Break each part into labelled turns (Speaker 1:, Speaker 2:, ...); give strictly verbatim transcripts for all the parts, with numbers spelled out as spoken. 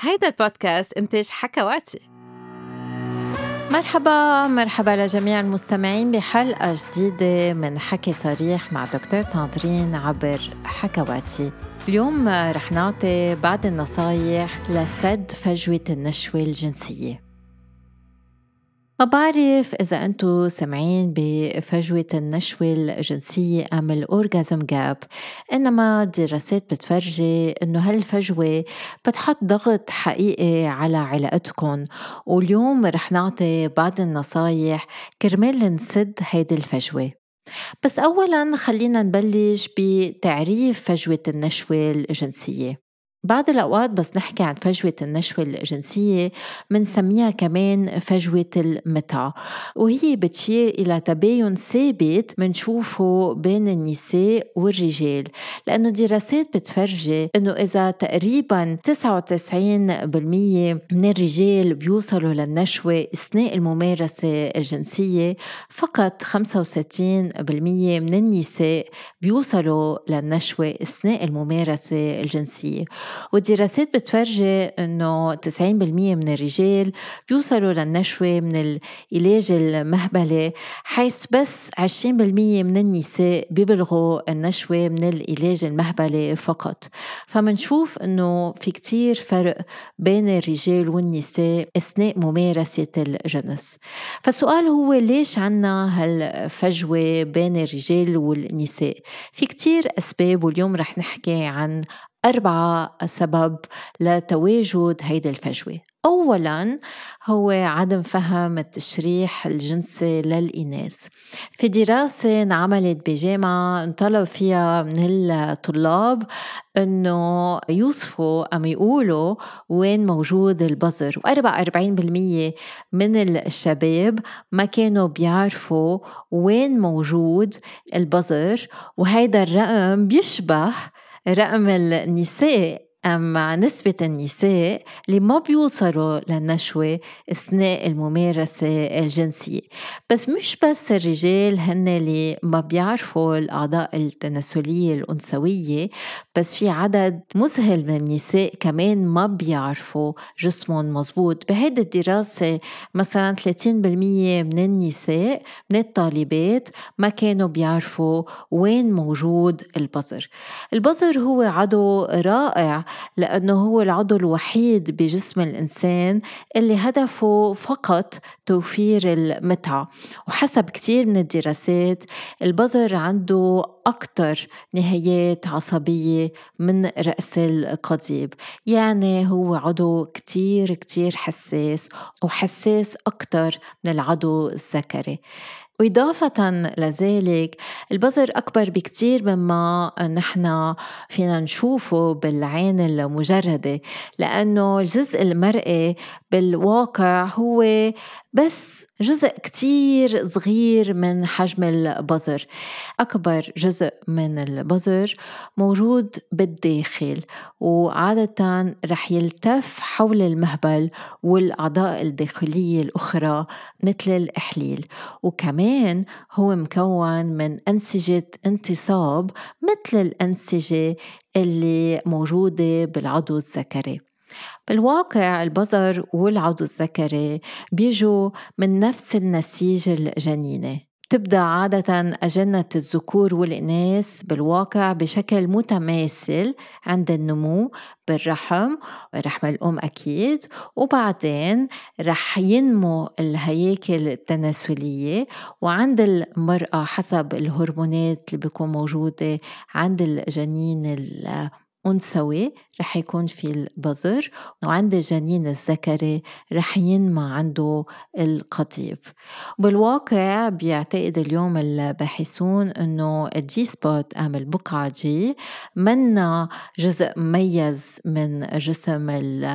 Speaker 1: هيدا البودكاست إنتاج حكواتي.
Speaker 2: مرحبا مرحبا لجميع المستمعين بحلقة جديدة من حكي صريح مع دكتور ساندرين عبر حكواتي. اليوم رح نعطي بعض النصايح لسد فجوة النشوة الجنسية. ما بعرف إذا أنتوا سمعين بفجوة النشوة الجنسية أم الأورغازم جاب، إنما الدراسات بتفرجي إنه هالفجوة بتحط ضغط حقيقي على علاقتكم، واليوم رح نعطي بعض النصايح كرمال نسد هيدي الفجوة. بس أولاً خلينا نبلش بتعريف فجوة النشوة الجنسية. بعض الأوقات بس نحكي عن فجوة النشوة الجنسية منسميها كمان فجوة المتعة، وهي بتشير إلى تباين ثابت منشوفه بين النساء والرجال، لأنه دراسات بتفرجي أنه إذا تقريبا تسعة وتسعين بالمية من الرجال بيوصلوا للنشوة أثناء الممارسة الجنسية، فقط خمسة وستين بالمية من النساء بيوصلوا للنشوة أثناء الممارسة الجنسية. والدراسات بتفرجي أنه تسعين بالمية من الرجال بيوصلوا للنشوة من العلاج المهبلي، حيث بس عشرين بالمية من النساء بيبلغوا النشوة من العلاج المهبلي فقط. فمنشوف أنه في كتير فرق بين الرجال والنساء أثناء ممارسة الجنس. فالسؤال هو ليش عنا هالفجوة بين الرجال والنساء؟ في كتير أسباب، واليوم رح نحكي عن أربعة سبب لتواجد هيدا الفجوة. أولاً هو عدم فهم التشريح الجنسي للإناث. في دراسة انعملت بجامعة انطلب فيها من الطلاب أنه يوصفوا أم يقولوا وين موجود البظر، وأربعة وأربعين بالمية من الشباب ما كانوا بيعرفوا وين موجود البظر، وهيدا الرقم بيشبه رقم النساء أما نسبة النساء اللي ما بيوصلوا للنشوة أثناء الممارسة الجنسية. بس مش بس الرجال هن اللي ما بيعرفوا الأعضاء التناسلية الأنثوية، بس في عدد مذهل من النساء كمان ما بيعرفوا جسمهم مزبوط. بهيدي الدراسة مثلا ثلاثين بالمية من النساء من الطالبات ما كانوا بيعرفوا وين موجود البظر. البظر هو عضو رائع لأنه هو العضو الوحيد بجسم الإنسان اللي هدفه فقط توفير المتعة، وحسب كتير من الدراسات البظر عنده أكتر نهايات عصبية من رأس القضيب، يعني هو عضو كتير كتير حساس، وحساس أكتر من العضو الذكري. وإضافة لذلك البظر أكبر بكتير مما نحن فينا نشوفه بالعين المجردة، لأنه الجزء المرئي بالواقع هو بس جزء كتير صغير من حجم البظر. أكبر جزء من البظر موجود بالداخل، وعادة رح يلتف حول المهبل والأعضاء الداخلية الأخرى مثل الإحليل، وكمان هو مكون من أنسجة انتصاب مثل الأنسجة اللي موجودة بالعضو الذكري. بالواقع البظر والعضو الذكري بيجوا من نفس النسيج الجنيني. تبدأ عادة أجنة الذكور والإناث بالواقع بشكل متماثل عند النمو بالرحم ورحم الأم أكيد، وبعدين رح ينمو الهياكل التناسلية، وعند المرأة حسب الهرمونات اللي بيكون موجودة عند الجنين الأنثوي رح يكون في البظر، وعند الجنين الذكري رح ينمى عنده القضيب. بالواقع بيعتقد اليوم الباحثون أنه الجي سبوت أم البقعة جي منا جزء مميز من جسم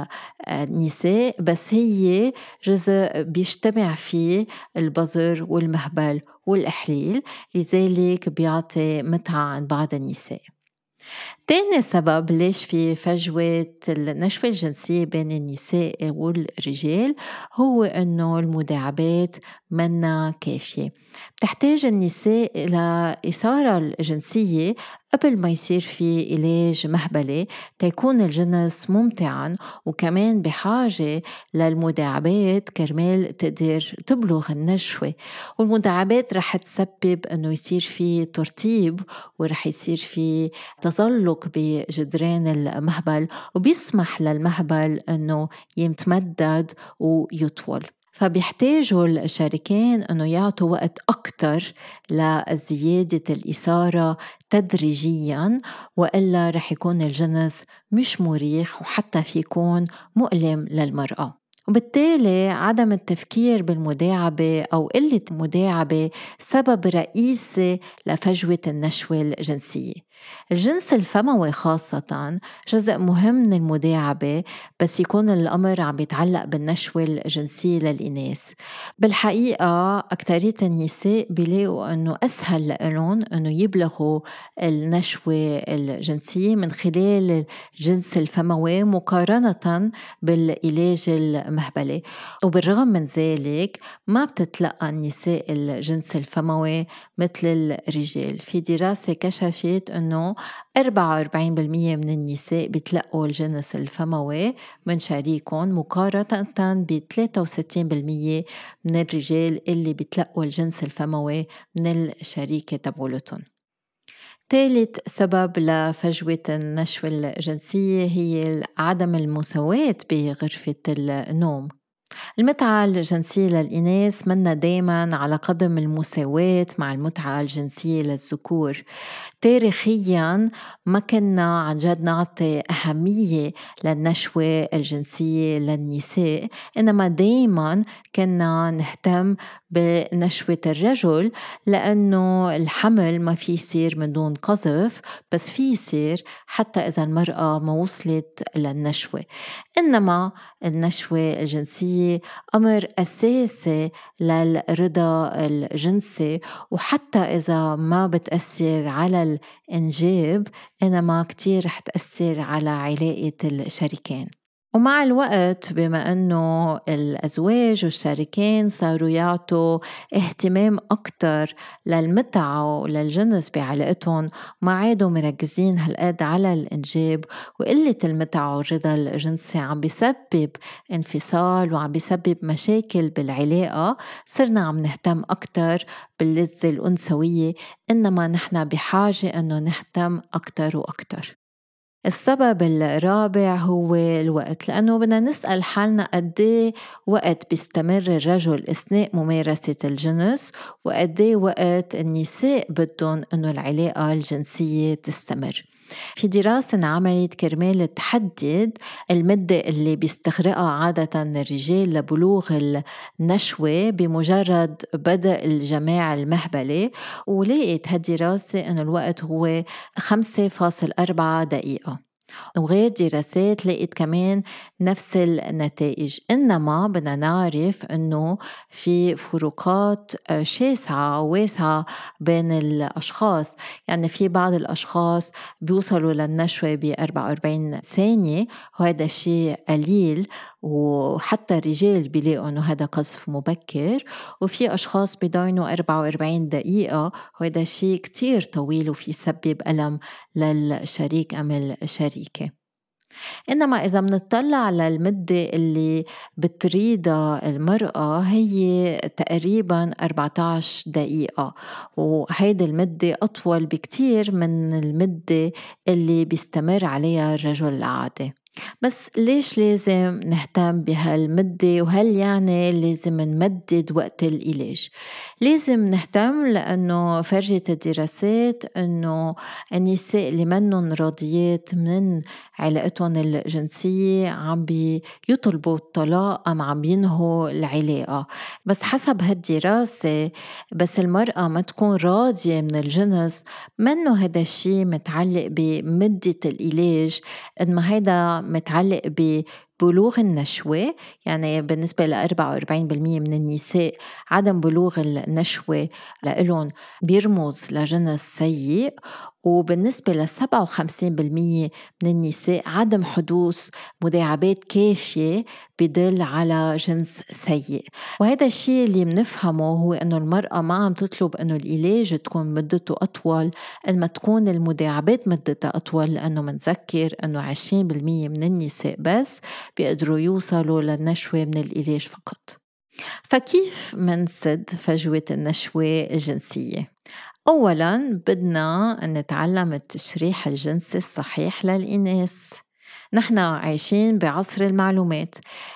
Speaker 2: النساء، بس هي جزء بيجتمع فيه البظر والمهبل والإحليل، لذلك بيعطي متعة عند بعض النساء. تاني سبب ليش في فجوة النشوة الجنسية بين النساء والرجال هو أنه المداعبات منا كافية. تحتاج النساء إلى إثارة الجنسية قبل ما يصير في علاج مهبلي تيكون الجنس ممتعا، وكمان بحاجة للمداعبات كرمال تقدر تبلغ النشوة. والمداعبات رح تسبب أنه يصير في ترطيب، ورح يصير في تزلق بجدران المهبل، وبيسمح للمهبل أنه يتمدد ويطول. فبيحتاجوا الشريكين أنه يعطوا وقت أكتر لزيادة الإثارة تدريجياً، وإلا رح يكون الجنس مش مريح وحتى فيكون مؤلم للمرأة. وبالتالي عدم التفكير بالمداعبة أو قلة المداعبة سبب رئيسي لفجوة النشوة الجنسية. الجنس الفموي خاصة جزء مهم من المداعبة، بس يكون الأمر عم بيتعلق بالنشوة الجنسية للإناث. بالحقيقة أكترية النساء بيلاقوا أنه أسهل لهم أنه يبلغوا النشوة الجنسية من خلال الجنس الفموي مقارنة بالعلاج المهبلي. وبالرغم من ذلك ما بتتلقى النساء الجنس الفموي مثل الرجال. في دراسة كشفت أنه أربعة وأربعين بالمية من النساء بيتلقوا الجنس الفموي من شريكهم، مقارنة ب ثلاثة وستين بالمية من الرجال اللي بيتلقوا الجنس الفموي من الشريكة تبعولتهم. ثالث سبب لفجوة النشوة الجنسية هي عدم المساواة بغرفة النوم. المتعة الجنسية للإناث منا دايماً على قدم المساواة مع المتعة الجنسية للذكور. تاريخياً ما كنا عن جد نعطي أهمية للنشوة الجنسية للنساء، إنما دايماً كنا نهتم بنشوة الرجل، لأنه الحمل ما في يصير من دون قذف، بس في يصير حتى إذا المرأة ما وصلت للنشوة. إنما النشوة الجنسية أمر أساسي للرضا الجنسي، وحتى إذا ما بتأثر على الإنجاب إنما كتير رح تأثر على علاقة الشريكين. ومع الوقت بما أنه الأزواج والشريكين صاروا يعطوا اهتمام أكتر للمتعة وللجنس بعلاقتهم، ما عادوا مركزين هالقد على الإنجاب، وقلة المتعة والرضا الجنسي عم بيسبب انفصال وعم بيسبب مشاكل بالعلاقة. صرنا عم نهتم أكتر باللذة الأنثوية، إنما نحن بحاجة أنه نهتم أكتر وأكتر. السبب الرابع هو الوقت، لأنه بدنا نسأل حالنا قديه وقت بيستمر الرجل أثناء ممارسة الجنس، وقديه وقت النساء بدهم أنه العلاقة الجنسية تستمر. في دراسة انعملت كرمال تحدد المدة اللي بيستغرقها عادة الرجال لبلوغ النشوة بمجرد بدء الجماع المهبلي، ولقيت هالدراسة أن الوقت هو خمسة فاصلة أربعة دقيقة. وغير دراسات لقيت كمان نفس النتائج. إنما بدنا نعرف أنه في فروقات شاسعة وواسعة بين الأشخاص. يعني في بعض الأشخاص بيوصلوا للنشوة ب أربعة وأربعين ثانية، وهذا شيء قليل، وحتى الرجال بيلاقوا أنه هذا قذف مبكر. وفي أشخاص بيضاينوا أربعة وأربعين دقيقة، وهذا شيء كتير طويل وفي سبب ألم للشريك أم الشريكة. إنما إذا منطلع على المدة اللي بتريدها المرأة هي تقريباً أربعة عشر دقيقة، وهيدي المدة أطول بكتير من المدة اللي بيستمر عليها الرجل العادي. بس ليش لازم نهتم بهالمدة؟ وهل يعني لازم نمدد وقت العلاج؟ لازم نهتم لأنه فرجت الدراسات أنه النساء اللي منن راضيات من علاقتهم الجنسية عم بيطلبوا الطلاق أم عم ينهوا العلاقة. بس حسب هالدراسة بس المرأة ما تكون راضية من الجنس، منه هذا الشيء متعلق بمدة العلاج، إنما هيدا متعلق ببلوغ النشوة. يعني بالنسبة ل أربعة وأربعين بالمية من النساء عدم بلوغ النشوة لإلهم بيرمز لجنس سيء، وبالنسبة ل سبعة وخمسين بالمية من النساء عدم حدوث مداعبات كافية بدل على جنس سيء. وهذا الشيء اللي منفهمه هو أنه المرأة ما عم تطلب أنه العلاج تكون مدته أطول لما تكون المداعبات مدتها أطول، لأنه منذكر أنه عشرين بالمية من النساء بس بيقدروا يوصلوا للنشوة من العلاج فقط. فكيف منسد فجوة النشوة الجنسية؟ أولاً بدنا نتعلم التشريح الجنسي الصحيح للإناث. نحن عايشين بعصر المعلومات،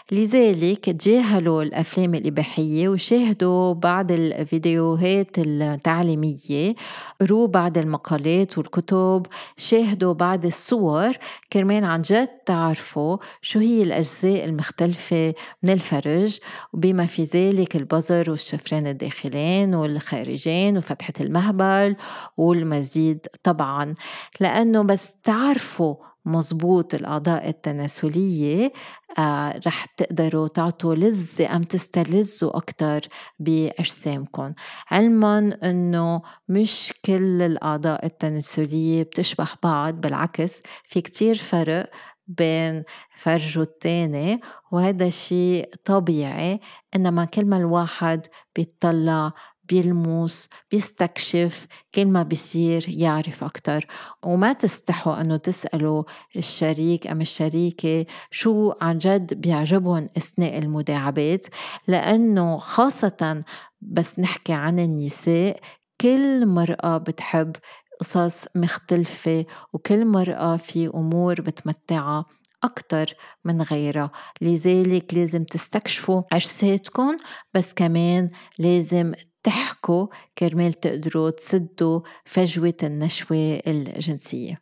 Speaker 2: لذلك تجاهلوا الأفلام الإباحية وشاهدوا بعض الفيديوهات التعليمية، قروا بعض المقالات والكتب، شاهدوا بعض الصور كرمال عن جد تعرفوا شو هي الأجزاء المختلفة من الفرج، وبما في ذلك البزر والشفرين الداخلين والخارجين وفتحة المهبل والمزيد طبعا. لأنه بس تعرفوا مزبوط الأعضاء التناسلية آه رح تقدروا تعطوا لذة أم تستلذوا أكتر بأجسامكم، علما أنه مش كل الأعضاء التناسلية بتشبه بعض، بالعكس في كتير فرق بين فرج والتاني، وهذا شيء طبيعي. إنما كل ما الواحد بيطلع بيلمس بيستكشف كل ما بيصير يعرف أكتر. وما تستحوا أنه تسألوا الشريك أم الشريكة شو عن جد بيعجبهم أثناء المداعبات، لأنه خاصة بس نحكي عن النساء كل مرأة بتحب قصص مختلفة، وكل مرأة في أمور بتمتعها أكتر من غيرها. لذلك لازم تستكشفوا أجسادكم، بس كمان لازم تحكوا كرمال تقدروا تسدوا فجوة النشوة الجنسية.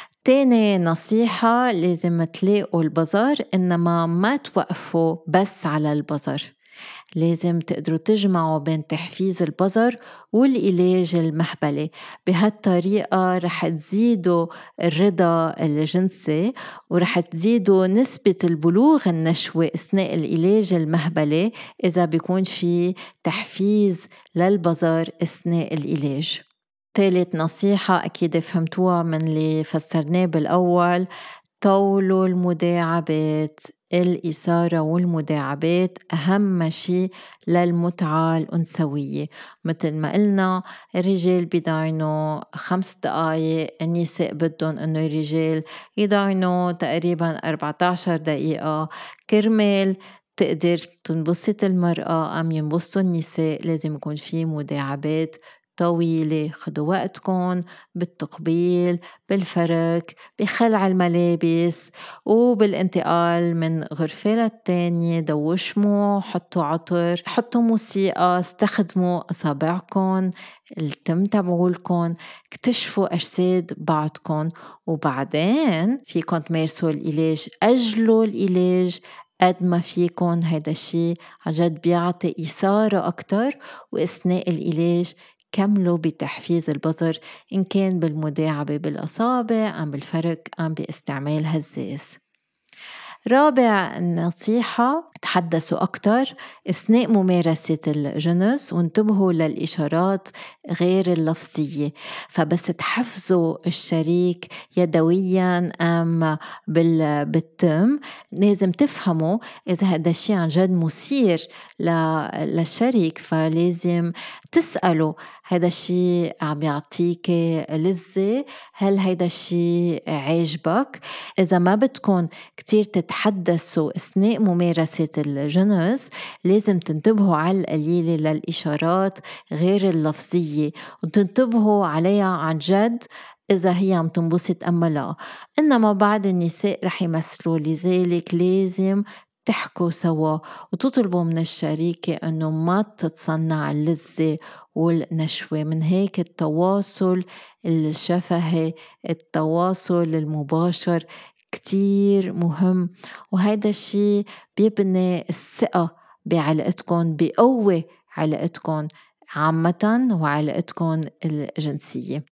Speaker 2: تاني نصيحة، لازم تلاقوا البزر، إنما ما توقفوا بس على البزر. لازم تقدروا تجمعوا بين تحفيز البزر والعلاج المهبلي. بهالطريقة رح تزيدوا الرضا الجنسي ورح تزيدوا نسبة البلوغ النشوي أثناء العلاج المهبلي إذا بيكون في تحفيز للبزر أثناء العلاج. ثالث نصيحة أكيد فهمتوها من اللي فسرناه بالأول، طولوا المداعبات. الإثارة والمداعبات أهم شيء للمتعة الأنثوية. مثل ما قلنا الرجال بيدعينوا خمس دقايق، النساء بدهم أنه الرجال يدعينوا تقريبا أربعة عشر دقيقة كرمال تقدر تنبسط المرأة أم ينبسطوا النساء. لازم يكون في مداعبات طويلة. خدوا وقتكم بالتقبيل، بالفرك، بخلع الملابس، وبالانتقال من غرفة للتانية. دوشموا، حطوا عطر، حطوا موسيقى، استخدموا أصابعكم، التمتعوا لكم، اكتشفوا أجساد بعضكم، وبعدين فيكم تمارسوا العلاج. أجلوا العلاج قد ما فيكم. هيدا الشيء عجد بيعطي إثارة أكتر. وأثناء العلاج كملوا بتحفيز البزر، إن كان بالمداعبة بالأصابع أم بالفرك أم باستعمال هزاز. رابع نصيحة، تحدثوا أكتر أثناء ممارسة الجنس وانتبهوا للإشارات غير اللفظية. فبس تحفزوا الشريك يدويا أم بالتم، لازم تفهموا إذا هذا الشيء عن جد مثير للشريك، فلازم تسألوا هذا الشيء عم يعطيك لذة؟ هل هذا الشيء عاجبك؟ إذا ما بدكن كتير تتحدثوا أثناء ممارسة الجنس، لازم تنتبهوا على القليلة للإشارات غير اللفظية وتنتبهوا عليها عن جد إذا هي عم تنبسط أم لا. إنما بعض النساء رح يمثلوا، لذلك لازم تحكوا سوا وتطلبوا من الشريكة أنه ما تتصنع اللذة والنشوة. من هيك التواصل الشفهي، التواصل المباشر كتير مهم، وهذا الشيء بيبني الثقة بعلاقتكم، بقوة علاقتكم عامة وعلاقتكم الجنسية.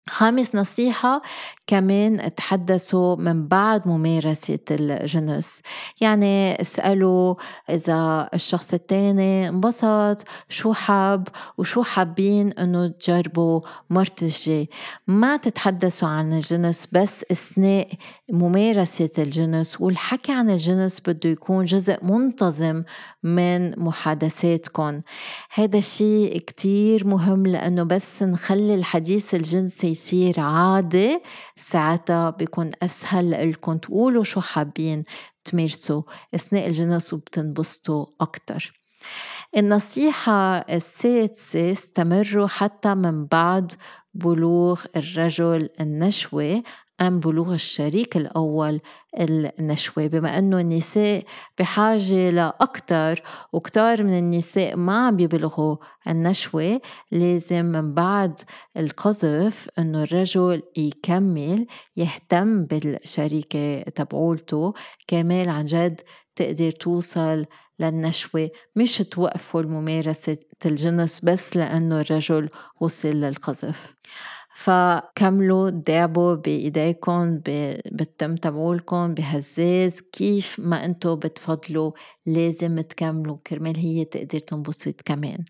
Speaker 2: خامس نصيحة، كمان تحدثوا من بعد ممارسة الجنس. يعني اسألوا إذا الشخص التاني انبسط، شو حاب وشو حابين أنه تجربوا مرة الجاي. ما تتحدثوا عن الجنس بس أثناء ممارسة الجنس، والحكي عن الجنس بده يكون جزء منتظم من محادثاتكم. هذا الشيء كتير مهم، لأنه بس نخلي الحديث الجنسي يصير عادي، ساعتها بيكون أسهل لكم تقولوا شو حابين تمارسوا أثناء الجنس وبتنبسطوا أكتر. النصيحة السادسة، استمروا حتى من بعد بلوغ الرجل النشوة أم بلوغ الشريك الأول النشوة، بما أنه النساء بحاجة لأكتر وكتار من النساء ما عم بيبلغوا النشوة. لازم من بعد القذف أنه الرجل يكمل يهتم بالشريكة تبعولته كمال عن جد تقدر توصل للنشوة، مش توقفوا الممارسة الجنس بس لأنه الرجل وصل للقذف. فكملوا دعبوا بإيديكم بالتم تبعولكم بهزاز كيف ما أنتوا بتفضلوا، لازم تكملوا كرمال هي تقدر تنبسط كمان.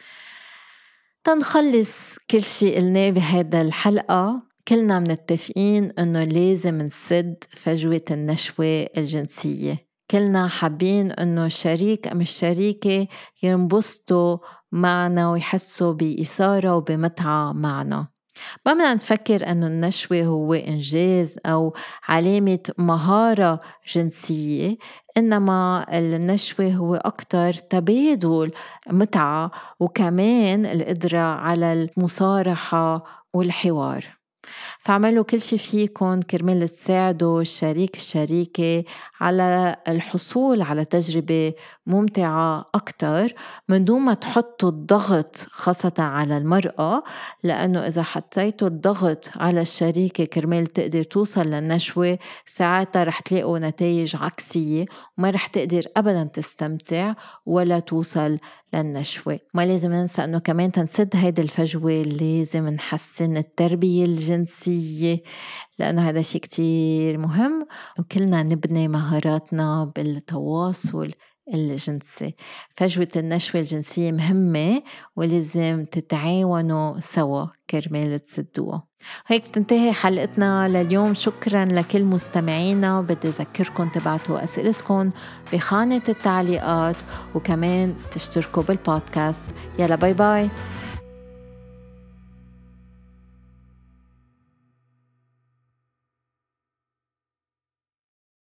Speaker 2: تنخلص كل شيء قلناه بهذا الحلقة، كلنا منتفقين أنه لازم نسد فجوة النشوة الجنسية. كلنا حابين أنه الشريك أم الشريكة ينبسطوا معنا ويحسوا بإثارة وبمتعة معنا. ما بدنا نفكر أنه النشوة هو إنجاز أو علامة مهارة جنسية، إنما النشوة هو أكتر تبادل متعة وكمان القدرة على المصارحة والحوار. فعملوا كل شي فيكن كرمال تساعدوا الشريك الشريكة على الحصول على تجربة ممتعة أكتر من دون ما تحطوا الضغط خاصة على المرأة، لأنه إذا حطيتوا الضغط على الشريكة كرمال تقدر توصل للنشوة ساعتها رح تلاقوا نتائج عكسية وما رح تقدر أبدا تستمتع ولا توصل للنشوة. ما لازم ننسى أنه كمان تنسد هيدا الفجوة لازم نحسن التربية الجنسية، لأنه هذا شيء كتير مهم، وكلنا نبني مهاراتنا بالتواصل الجنسي. فجوة النشوة الجنسية مهمة ولازم تتعاونوا سوا كرمال تسدوها. هيك تنتهي حلقتنا لليوم. شكرا لكل مستمعينا. بدي أذكركم تبعتوا أسئلتكم بخانة التعليقات وكمان تشتركوا بالبودكاست. يلا باي باي.